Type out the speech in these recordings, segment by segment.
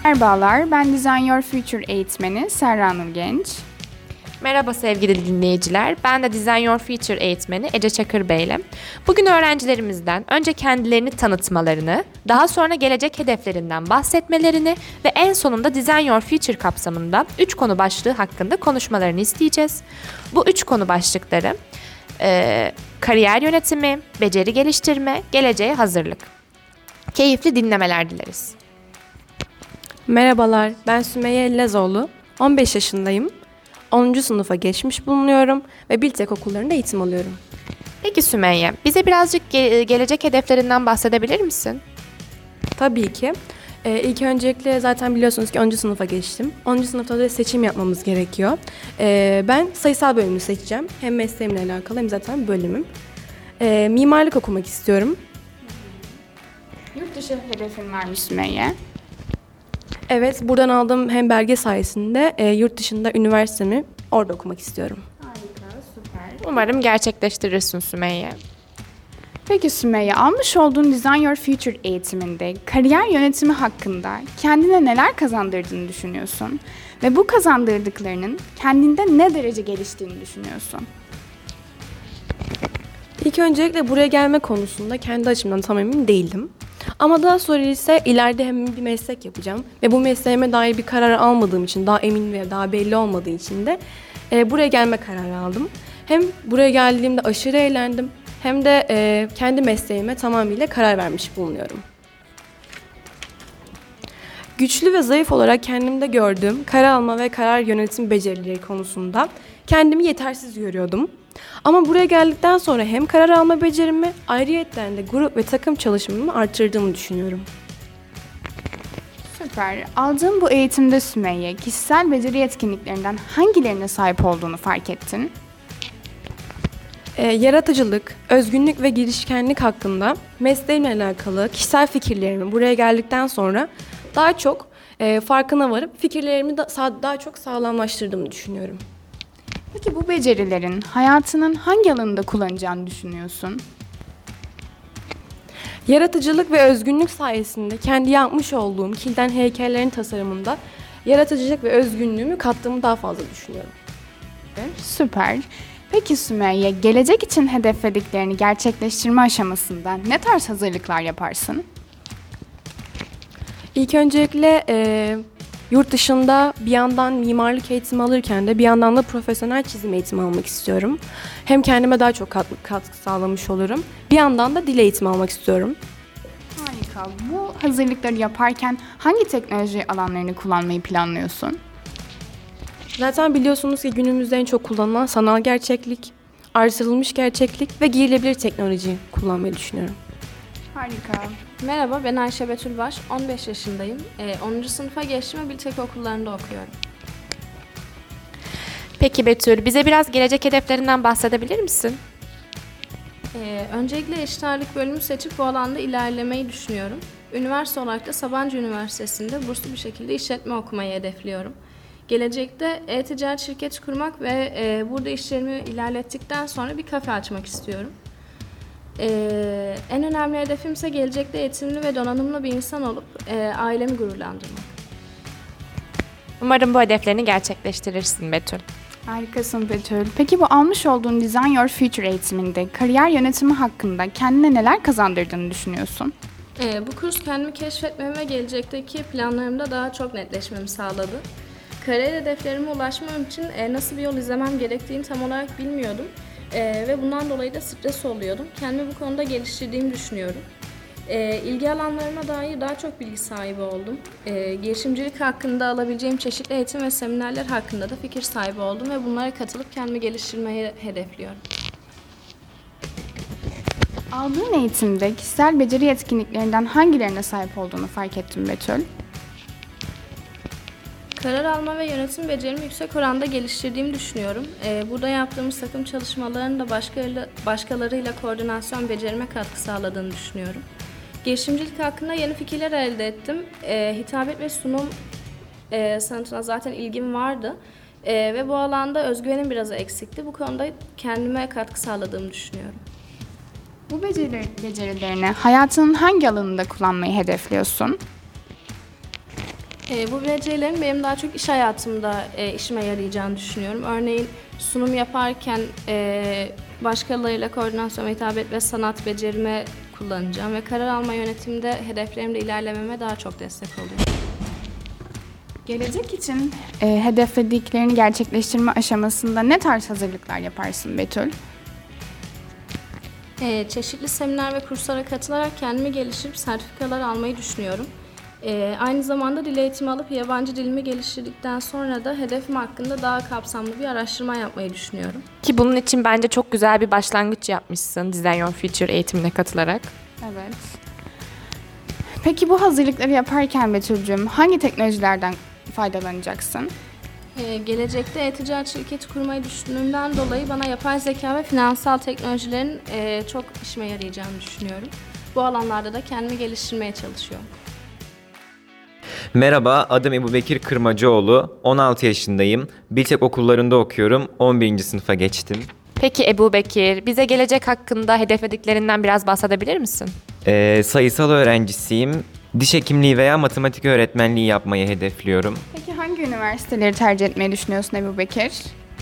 Merhabalar, ben Design Your Future eğitmeni Serra Nur Genç. Merhaba sevgili dinleyiciler, ben de Design Your Future eğitmeni Ece Çakır Bey'le. Bugün öğrencilerimizden önce kendilerini tanıtmalarını, daha sonra gelecek hedeflerinden bahsetmelerini ve en sonunda Design Your Future kapsamında 3 konu başlığı hakkında konuşmalarını isteyeceğiz. Bu 3 konu başlıkları kariyer yönetimi, beceri geliştirme, geleceğe hazırlık. Keyifli dinlemeler dileriz. Merhabalar, ben Sümeyye Ellezoğlu, 15 yaşındayım. 10. sınıfa geçmiş bulunuyorum ve Biltek okullarında eğitim alıyorum. Peki Sümeyye, bize birazcık gelecek hedeflerinden bahsedebilir misin? Tabii ki. İlk öncelikle zaten biliyorsunuz ki 10. sınıfa geçtim. 10. sınıfta da seçim yapmamız gerekiyor. Ben sayısal bölümünü seçeceğim. Hem mesleğimle alakalı hem zaten bölümüm. Mimarlık okumak istiyorum. Yurt dışı hedefin var mı Sümeyye? Evet, buradan aldığım hem belge sayesinde yurt dışında üniversitemi orada okumak istiyorum. Harika, süper. Umarım gerçekleştirirsin Sümeyye. Peki Sümeyye, almış olduğun Design Your Future eğitiminde kariyer yönetimi hakkında kendine neler kazandırdığını düşünüyorsun? Ve bu kazandırdıklarının kendinde ne derece geliştiğini düşünüyorsun? İlk öncelikle buraya gelme konusunda kendi açımdan tam emin değildim. Ama daha sonra ise ileride hem bir meslek yapacağım ve bu mesleğime dair bir karar almadığım için, daha emin ve daha belli olmadığı için de buraya gelme kararı aldım. Hem buraya geldiğimde aşırı eğlendim hem de kendi mesleğime tamamıyla karar vermiş bulunuyorum. Güçlü ve zayıf olarak kendimde gördüğüm karar alma ve karar yönetim becerileri konusunda kendimi yetersiz görüyordum. Ama buraya geldikten sonra hem karar alma becerimi, ayrıyetten de grup ve takım çalışmamı artırdığımı düşünüyorum. Süper. Aldığın bu eğitimde Sümeyye, kişisel beceri yetkinliklerinden hangilerine sahip olduğunu fark ettin? Yaratıcılık, özgünlük ve girişkenlik hakkında mesleğimle alakalı kişisel fikirlerimi buraya geldikten sonra daha çok farkına varıp fikirlerimi daha çok sağlamlaştırdığımı düşünüyorum. Peki bu becerilerin hayatının hangi alanında kullanacağını düşünüyorsun? Yaratıcılık ve özgünlük sayesinde kendi yapmış olduğum kilden heykellerin tasarımında yaratıcılık ve özgünlüğümü kattığımı daha fazla düşünüyorum. Süper. Peki Sümeyye, gelecek için hedeflediklerini gerçekleştirme aşamasında ne tarz hazırlıklar yaparsın? İlk öncelikle yurt dışında bir yandan mimarlık eğitimi alırken de bir yandan da profesyonel çizim eğitimi almak istiyorum. Hem kendime daha çok katkı sağlamış olurum. Bir yandan da dil eğitimi almak istiyorum. Harika. Bu hazırlıkları yaparken hangi teknoloji alanlarını kullanmayı planlıyorsun? Zaten biliyorsunuz ki günümüzde en çok kullanılan sanal gerçeklik, artırılmış gerçeklik ve giyilebilir teknoloji kullanmayı düşünüyorum. Harika. Merhaba, ben Ayşe Betül Baş, 15 yaşındayım. 10. sınıfa geçtim ve Biltek okullarında okuyorum. Peki Betül, bize biraz gelecek hedeflerinden bahsedebilir misin? Öncelikle eşit ağırlık bölümü seçip bu alanda ilerlemeyi düşünüyorum. Üniversite olarak da Sabancı Üniversitesi'nde burslu bir şekilde işletme okumayı hedefliyorum. Gelecekte e-ticaret şirketi kurmak ve burada işlerimi ilerlettikten sonra bir kafe açmak istiyorum. En önemli hedefim ise gelecekte eğitimli ve donanımlı bir insan olup ailemi gururlandırmak. Umarım bu hedeflerini gerçekleştirirsin Betül. Harikasın Betül. Peki bu almış olduğun Design Your Future eğitiminde kariyer yönetimi hakkında kendine neler kazandırdığını düşünüyorsun? Bu kurs kendimi keşfetmemi ve gelecekteki planlarımda daha çok netleşmemi sağladı. Kariyer hedeflerime ulaşmam için nasıl bir yol izlemem gerektiğini tam olarak bilmiyordum. Ve bundan dolayı da stres oluyordum. Kendimi bu konuda geliştirdiğimi düşünüyorum. İlgi alanlarıma dair daha çok bilgi sahibi oldum. Girişimcilik hakkında alabileceğim çeşitli eğitim ve seminerler hakkında da fikir sahibi oldum ve bunlara katılıp kendimi geliştirmeyi hedefliyorum. Aldığın eğitimde kişisel beceri yetkinliklerinden hangilerine sahip olduğunu fark ettim Betül. Karar alma ve yönetim becerimi yüksek oranda geliştirdiğimi düşünüyorum. Burada yaptığımız takım çalışmalarının da başkalarıyla koordinasyon becerime katkı sağladığını düşünüyorum. Girişimcilik hakkında yeni fikirler elde ettim. Hitabet ve sunum sanatına zaten ilgim vardı. Ve bu alanda özgüvenim biraz eksikti. Bu konuda kendime katkı sağladığımı düşünüyorum. Bu becerilerini hayatının hangi alanında kullanmayı hedefliyorsun? Bu becerilerin benim daha çok iş hayatımda işime yarayacağını düşünüyorum. Örneğin sunum yaparken başkalarıyla koordinasyon, hitabet ve sanat becerimi kullanacağım ve karar alma yönetimde hedeflerimde ilerlememe daha çok destek oluyor. Gelecek için hedeflediklerini gerçekleştirme aşamasında ne tarz hazırlıklar yaparsın Betül? Çeşitli seminer ve kurslara katılarak kendimi geliştirip sertifikalar almayı düşünüyorum. Aynı zamanda dil eğitimi alıp yabancı dilimi geliştirdikten sonra da hedefim hakkında daha kapsamlı bir araştırma yapmayı düşünüyorum. Ki bunun için bence çok güzel bir başlangıç yapmışsın Design Your Future eğitimine katılarak. Evet. Peki bu hazırlıkları yaparken Betül'cüğüm hangi teknolojilerden faydalanacaksın? Gelecekte e-ticaret şirketi kurmayı düşündüğümden dolayı bana yapay zeka ve finansal teknolojilerin çok işime yarayacağını düşünüyorum. Bu alanlarda da kendimi geliştirmeye çalışıyorum. Merhaba, adım Ebubekir Kırmacıoğlu. 16 yaşındayım. Biltek okullarında okuyorum. 11. sınıfa geçtim. Peki Ebubekir, bize gelecek hakkında hedeflediklerinden biraz bahsedebilir misin? Sayısal öğrencisiyim. Diş hekimliği veya matematik öğretmenliği yapmayı hedefliyorum. Peki hangi üniversiteleri tercih etmeyi düşünüyorsun Ebubekir?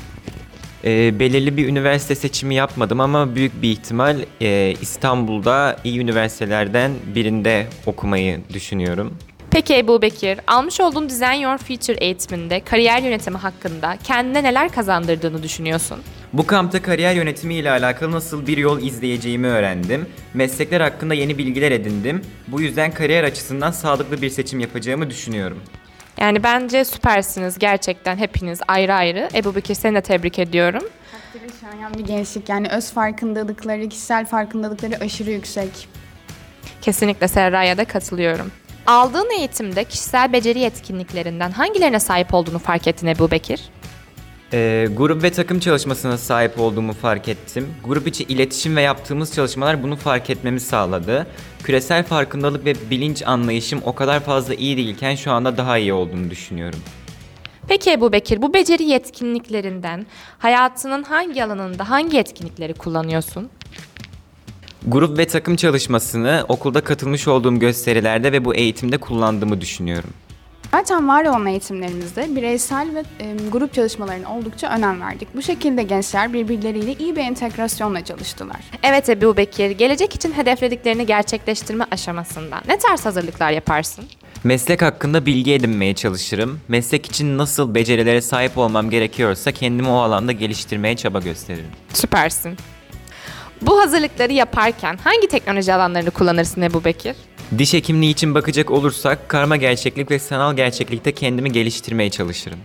Belirli bir üniversite seçimi yapmadım ama büyük bir ihtimal İstanbul'da iyi üniversitelerden birinde okumayı düşünüyorum. Peki Ebubekir, almış olduğun Design Your Future eğitiminde kariyer yönetimi hakkında kendine neler kazandırdığını düşünüyorsun? Bu kampta kariyer yönetimi ile alakalı nasıl bir yol izleyeceğimi öğrendim. Meslekler hakkında yeni bilgiler edindim. Bu yüzden kariyer açısından sağlıklı bir seçim yapacağımı düşünüyorum. Yani bence süpersiniz gerçekten hepiniz ayrı ayrı. Ebubekir seni de tebrik ediyorum. Takdiri şayan bir gençlik, yani öz farkındalıkları, kişisel farkındalıkları aşırı yüksek. Kesinlikle Serra'ya da katılıyorum. Aldığın eğitimde kişisel beceri yetkinliklerinden hangilerine sahip olduğunu fark ettin Ebubekir? Grup ve takım çalışmasına sahip olduğumu fark ettim. Grup içi iletişim ve yaptığımız çalışmalar bunu fark etmemi sağladı. Küresel farkındalık ve bilinç anlayışım o kadar fazla iyi değilken şu anda daha iyi olduğunu düşünüyorum. Peki Ebubekir, bu beceri yetkinliklerinden hayatının hangi alanında hangi yetkinlikleri kullanıyorsun? Grup ve takım çalışmasını okulda katılmış olduğum gösterilerde ve bu eğitimde kullandığımı düşünüyorum. Zaten var olan eğitimlerimizde bireysel ve grup çalışmalarına oldukça önem verdik. Bu şekilde gençler birbirleriyle iyi bir entegrasyonla çalıştılar. Evet Ebubekir, gelecek için hedeflediklerini gerçekleştirme aşamasında ne tarz hazırlıklar yaparsın? Meslek hakkında bilgi edinmeye çalışırım. Meslek için nasıl becerilere sahip olmam gerekiyorsa kendimi o alanda geliştirmeye çaba gösteririm. Süpersin. Bu hazırlıkları yaparken hangi teknoloji alanlarını kullanırsın Ebubekir? Diş hekimliği için bakacak olursak karma gerçeklik ve sanal gerçeklikte kendimi geliştirmeye çalışırım.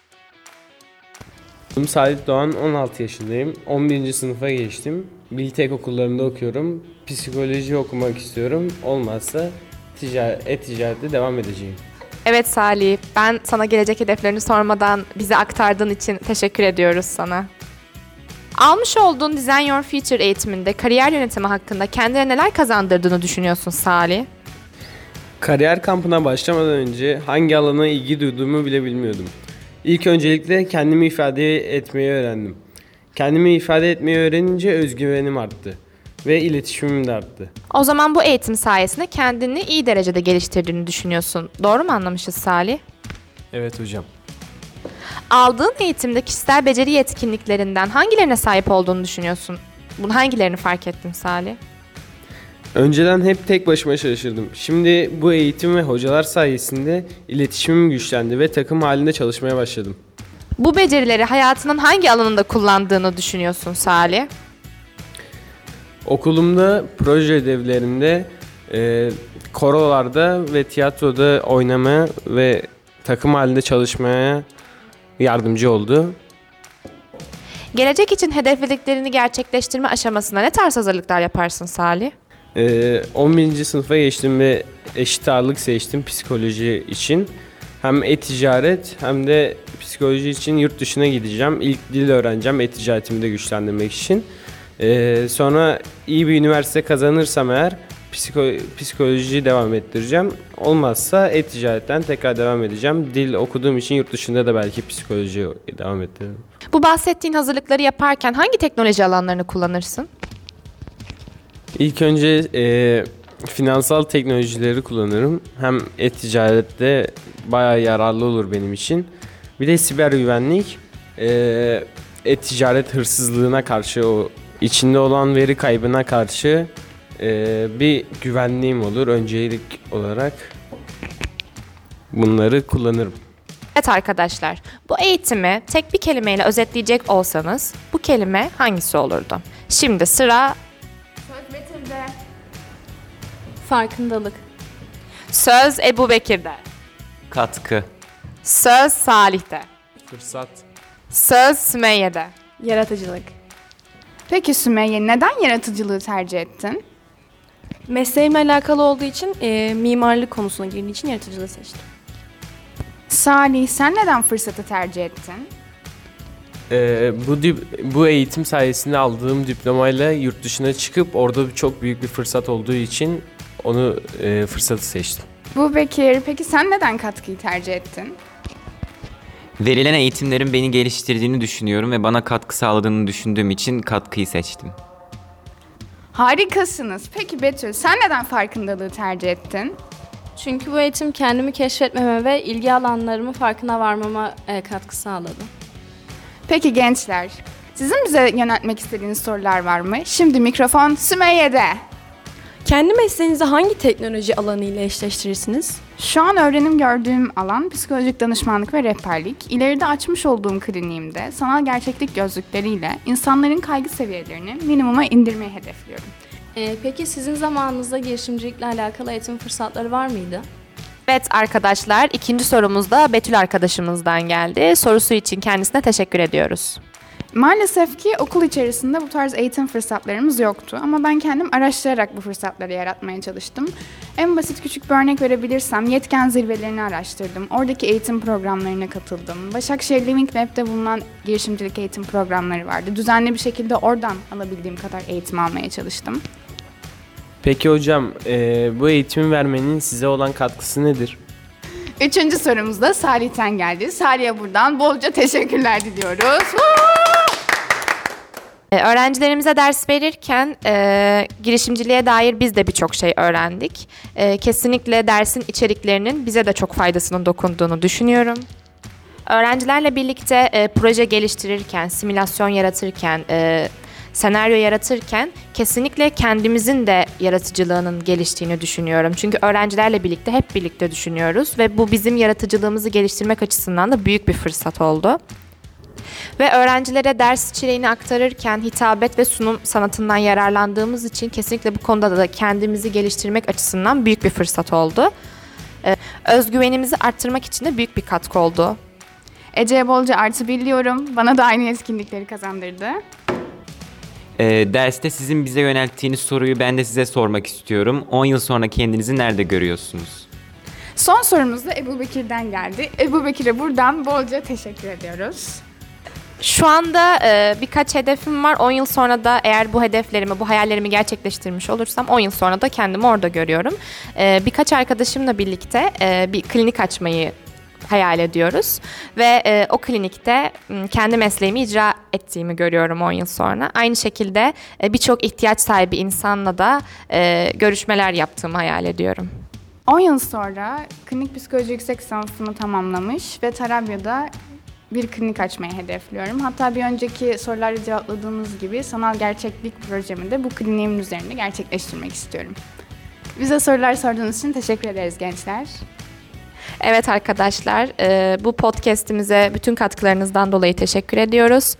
Adım Salih Doğan, 16 yaşındayım. 11. sınıfa geçtim. Biltek okullarında okuyorum. Psikoloji okumak istiyorum. Olmazsa e-ticarette devam edeceğim. Evet Salih, ben sana gelecek hedeflerini sormadan bize aktardığın için teşekkür ediyoruz sana. Almış olduğun Design Your Future eğitiminde kariyer yönetimi hakkında kendine neler kazandırdığını düşünüyorsun Salih? Kariyer kampına başlamadan önce hangi alana ilgi duyduğumu bile bilmiyordum. İlk öncelikle kendimi ifade etmeyi öğrendim. Kendimi ifade etmeyi öğrenince özgüvenim arttı ve iletişimim de arttı. O zaman bu eğitim sayesinde kendini iyi derecede geliştirdiğini düşünüyorsun. Doğru mu anlamışız Salih? Evet hocam. Aldığın eğitimde kişisel beceri yetkinliklerinden hangilerine sahip olduğunu düşünüyorsun? Bunu hangilerini fark ettin Salih? Önceden hep tek başıma çalışırdım. Şimdi bu eğitim ve hocalar sayesinde iletişimim güçlendi ve takım halinde çalışmaya başladım. Bu becerileri hayatının hangi alanında kullandığını düşünüyorsun Salih? Okulumda proje ödevlerimde, korolarda ve tiyatroda oynamaya ve takım halinde çalışmaya yardımcı oldu. Gelecek için hedeflediklerini gerçekleştirme aşamasında ne tarz hazırlıklar yaparsın Salih? 11. sınıfa geçtim ve eşit ağırlık seçtim psikoloji için. Hem e-ticaret hem de psikoloji için yurt dışına gideceğim. İlk dil öğreneceğim e-ticaretimi de güçlendirmek için. Sonra iyi bir üniversite kazanırsam eğer psikolojiyi devam ettireceğim. Olmazsa e-ticaretten tekrar devam edeceğim. Dil okuduğum için yurt dışında da belki psikoloji devam ettiririm. Bu bahsettiğin hazırlıkları yaparken hangi teknoloji alanlarını kullanırsın? İlk önce finansal teknolojileri kullanırım. Hem e-ticarette bayağı yararlı olur benim için. Bir de siber güvenlik, e-ticaret hırsızlığına karşı, o içinde olan veri kaybına karşı bir güvenliğim olur. Öncelik olarak bunları kullanırım. Evet arkadaşlar, bu eğitimi tek bir kelimeyle özetleyecek olsanız bu kelime hangisi olurdu? Şimdi sıra Farkındalık. söz Ebubekir'de, Katkı. söz Salih'te, Fırsat. söz Sümeyye'de. Yaratıcılık. Peki Sümeyye, neden yaratıcılığı tercih ettin? Mesleğimle alakalı olduğu için mimarlık konusuna girdiği için yaratıcılığı seçtim. Salih, sen neden fırsatı tercih ettin? Bu eğitim sayesinde aldığım diplomayla yurt dışına çıkıp orada çok büyük bir fırsat olduğu için fırsatı seçtim. Bu Bekir, peki sen neden katkıyı tercih ettin? Verilen eğitimlerin beni geliştirdiğini düşünüyorum ve bana katkı sağladığını düşündüğüm için katkıyı seçtim. Harikasınız. Peki Betül, sen neden farkındalığı tercih ettin? Çünkü bu eğitim kendimi keşfetmeme ve ilgi alanlarımın farkına varmama katkı sağladı. Peki gençler, sizin bize yöneltmek istediğiniz sorular var mı? Şimdi mikrofon Sümeyye'de. Kendi mesleğinizi hangi teknoloji alanı ile eşleştirirsiniz? Şu an öğrenim gördüğüm alan psikolojik danışmanlık ve rehberlik. İleride açmış olduğum kliniğimde sanal gerçeklik gözlükleriyle insanların kaygı seviyelerini minimuma indirmeyi hedefliyorum. Peki sizin zamanınızda girişimcilikle alakalı eğitim fırsatları var mıydı? Evet arkadaşlar, ikinci sorumuz da Betül arkadaşımızdan geldi. Sorusu için kendisine teşekkür ediyoruz. Maalesef ki okul içerisinde bu tarz eğitim fırsatlarımız yoktu ama ben kendim araştırarak bu fırsatları yaratmaya çalıştım. En basit küçük bir örnek verebilirsem yetken zirvelerini araştırdım. Oradaki eğitim programlarına katıldım. Başakşehir Living Lab'de bulunan girişimcilik eğitim programları vardı. Düzenli bir şekilde oradan alabildiğim kadar eğitim almaya çalıştım. Peki hocam, bu eğitimi vermenin size olan katkısı nedir? Üçüncü sorumuz da Salih'ten geldi. Salih'e buradan bolca teşekkürler diliyoruz. Öğrencilerimize ders verirken girişimciliğe dair biz de birçok şey öğrendik. Kesinlikle dersin içeriklerinin bize de çok faydasının dokunduğunu düşünüyorum. Öğrencilerle birlikte proje geliştirirken, simülasyon yaratırken, senaryo yaratırken kesinlikle kendimizin de yaratıcılığının geliştiğini düşünüyorum. Çünkü öğrencilerle birlikte hep birlikte düşünüyoruz ve bu bizim yaratıcılığımızı geliştirmek açısından da büyük bir fırsat oldu. Ve öğrencilere ders içeriğini aktarırken hitabet ve sunum sanatından yararlandığımız için kesinlikle bu konuda da kendimizi geliştirmek açısından büyük bir fırsat oldu. Özgüvenimizi arttırmak için de büyük bir katkı oldu. Ece'ye bolca artı biliyorum. Bana da aynı etkinlikleri kazandırdı. Derste sizin bize yönelttiğiniz soruyu ben de size sormak istiyorum. 10 yıl sonra kendinizi nerede görüyorsunuz? Son sorumuz da Ebubekir'den geldi. Ebubekir'e buradan bolca teşekkür ediyoruz. Şu anda birkaç hedefim var. 10 yıl sonra da eğer bu hedeflerimi, bu hayallerimi gerçekleştirmiş olursam 10 yıl sonra da kendimi orada görüyorum. Birkaç arkadaşımla birlikte bir klinik açmayı hayal ediyoruz. Ve o klinikte kendi mesleğimi icra ettiğimi görüyorum 10 yıl sonra. Aynı şekilde birçok ihtiyaç sahibi insanla da görüşmeler yaptığımı hayal ediyorum. 10 yıl sonra klinik psikoloji yüksek lisansını tamamlamış ve Tarabya'da bir klinik açmayı hedefliyorum. Hatta bir önceki sorularda cevapladığımız gibi sanal gerçeklik projemi de bu kliniğimin üzerinde gerçekleştirmek istiyorum. Bize sorular sorduğunuz için teşekkür ederiz gençler. Evet arkadaşlar, bu podcast'imize bütün katkılarınızdan dolayı teşekkür ediyoruz.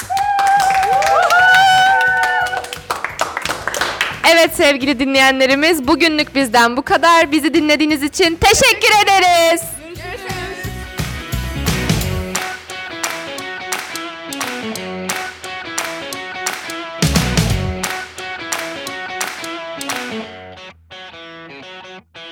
Evet sevgili dinleyenlerimiz, bugünlük bizden bu kadar. Bizi dinlediğiniz için teşekkür ederiz.